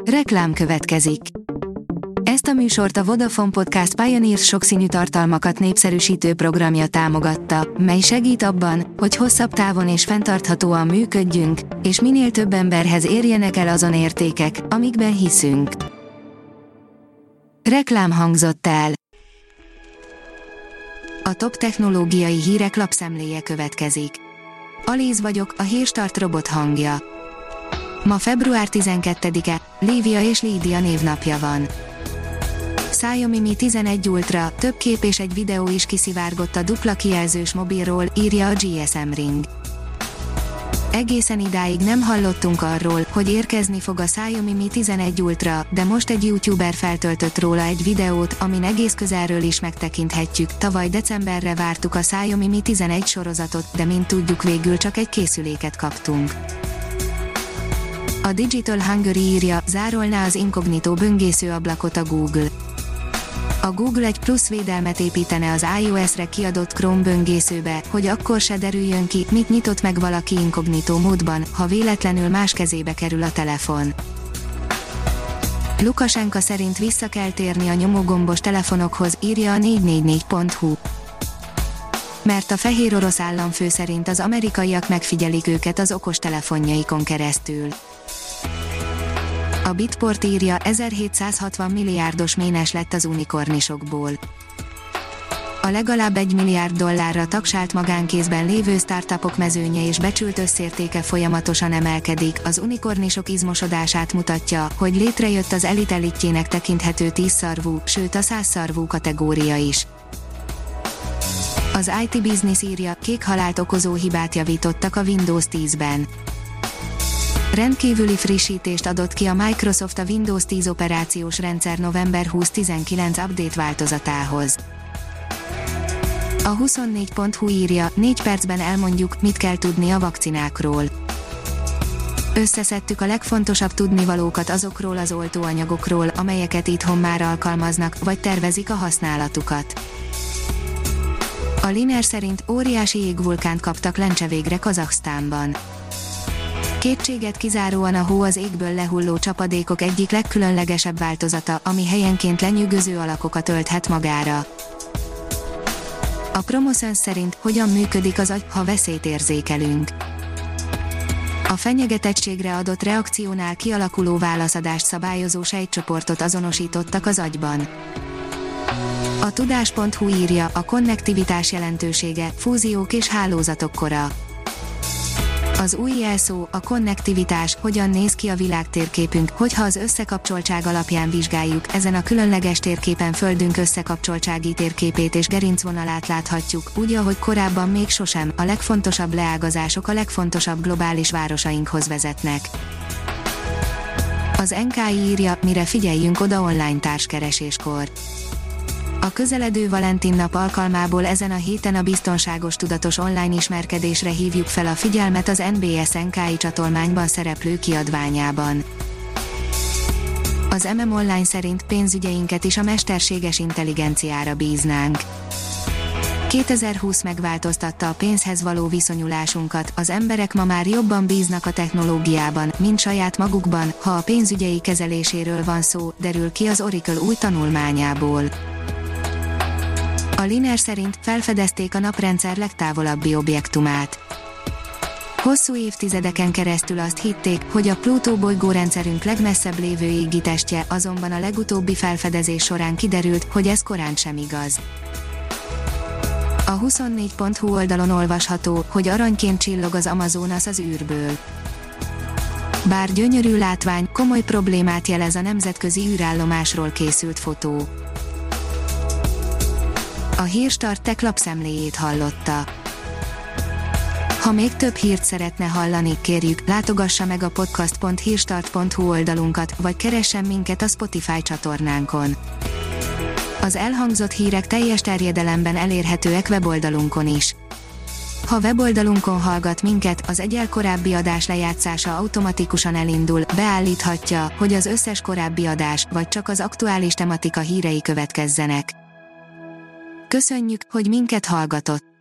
Reklám következik. Ezt a műsort a Vodafone Podcast Pioneers sokszínű tartalmakat népszerűsítő programja támogatta, mely segít abban, hogy hosszabb távon és fenntarthatóan működjünk, és minél több emberhez érjenek el azon értékek, amikben hiszünk. Reklám hangzott el. A top technológiai hírek lapszemléje következik. Alíz vagyok, a Hírstart robot hangja. Ma február 12-e, Lívia és Lídia névnapja van. Xiaomi Mi 11 Ultra, több kép és egy videó is kiszivárgott a dupla kijelzős mobilról, írja a GSM Ring. Egészen idáig nem hallottunk arról, hogy érkezni fog a Xiaomi Mi 11 Ultra, de most egy YouTuber feltöltött róla egy videót, amin egész közelről is megtekinthetjük. Tavaly decemberre vártuk a Xiaomi Mi 11 sorozatot, de mint tudjuk, végül csak egy készüléket kaptunk. A Digital Hungary írja, zárolná az inkognitó böngésző ablakot a Google. A Google egy plusz védelmet építene az iOS-re kiadott Chrome böngészőbe, hogy akkor se derüljön ki, mit nyitott meg valaki inkognitó módban, ha véletlenül más kezébe kerül a telefon. Lukasenka szerint vissza kell térni a nyomógombos telefonokhoz, írja a 444.hu. Mert a fehér orosz államfő szerint az amerikaiak megfigyelik őket az okostelefonjaikon keresztül. A Bitport írja, 1760 milliárdos ménes lett az unikornisokból. A legalább $1 milliárd tagsált magánkézben lévő startupok mezőnye és becsült összértéke folyamatosan emelkedik, az unikornisok izmosodását mutatja, hogy létrejött az elit elitjének tekinthető 10-szarvú, sőt a 100-szarvú kategória is. Az IT Business írja, kék halált okozó hibát javítottak a Windows 10-ben. Rendkívüli frissítést adott ki a Microsoft a Windows 10 operációs rendszer november 2019 update változatához. A 24.hu írja, 4 percben elmondjuk, mit kell tudni a vakcinákról. Összeszedtük a legfontosabb tudnivalókat azokról az oltóanyagokról, amelyeket itthon már alkalmaznak, vagy tervezik a használatukat. A Liner szerint óriási jégvulkánt kaptak lencse végre Kazaksztánban. Kétséget kizáróan a hó az égből lehulló csapadékok egyik legkülönlegesebb változata, ami helyenként lenyűgöző alakokat ölthet magára. A Promoszöns szerint hogyan működik az agy, ha veszélyt érzékelünk. A fenyegetettségre adott reakciónál kialakuló válaszadást szabályozó sejtcsoportot azonosítottak az agyban. A tudás.hu írja, a konnektivitás jelentősége, fúziók és hálózatok kora. Az új jelszó, a konnektivitás, hogyan néz ki a világtérképünk, hogyha az összekapcsoltság alapján vizsgáljuk, ezen a különleges térképen Földünk összekapcsoltsági térképét és gerincvonalát láthatjuk, úgy, ahogy korábban még sosem, a legfontosabb leágazások a legfontosabb globális városainkhoz vezetnek. Az NKI írja, mire figyeljünk oda online társkereséskor. A közeledő Valentin nap alkalmából ezen a héten a biztonságos tudatos online ismerkedésre hívjuk fel a figyelmet az NBS NKI csatolmányban szereplő kiadványában. Az Online szerint pénzügyeinket is a mesterséges intelligenciára bíznánk. 2020 megváltoztatta a pénzhez való viszonyulásunkat, az emberek ma már jobban bíznak a technológiában, mint saját magukban, ha a pénzügyei kezeléséről van szó, derül ki az Oracle új tanulmányából. A Liner szerint felfedezték a naprendszer legtávolabbi objektumát. Hosszú évtizedeken keresztül azt hitték, hogy a Plutó bolygórendszerünk legmesszebb lévő égitestje, azonban a legutóbbi felfedezés során kiderült, hogy ez korán sem igaz. A 24.hu oldalon olvasható, hogy aranyként csillog az Amazonas az űrből. Bár gyönyörű látvány, komoly problémát jelez a nemzetközi űrállomásról készült fotó. A Hírstart tech lapszemléjét hallotta. Ha még több hírt szeretne hallani, kérjük, látogassa meg a podcast.hírstart.hu oldalunkat, vagy keressen minket a Spotify csatornánkon. Az elhangzott hírek teljes terjedelemben elérhetőek weboldalunkon is. Ha weboldalunkon hallgat minket, az egyel korábbi adás lejátszása automatikusan elindul, beállíthatja, hogy az összes korábbi adás, vagy csak az aktuális tematika hírei következzenek. Köszönjük, hogy minket hallgatott!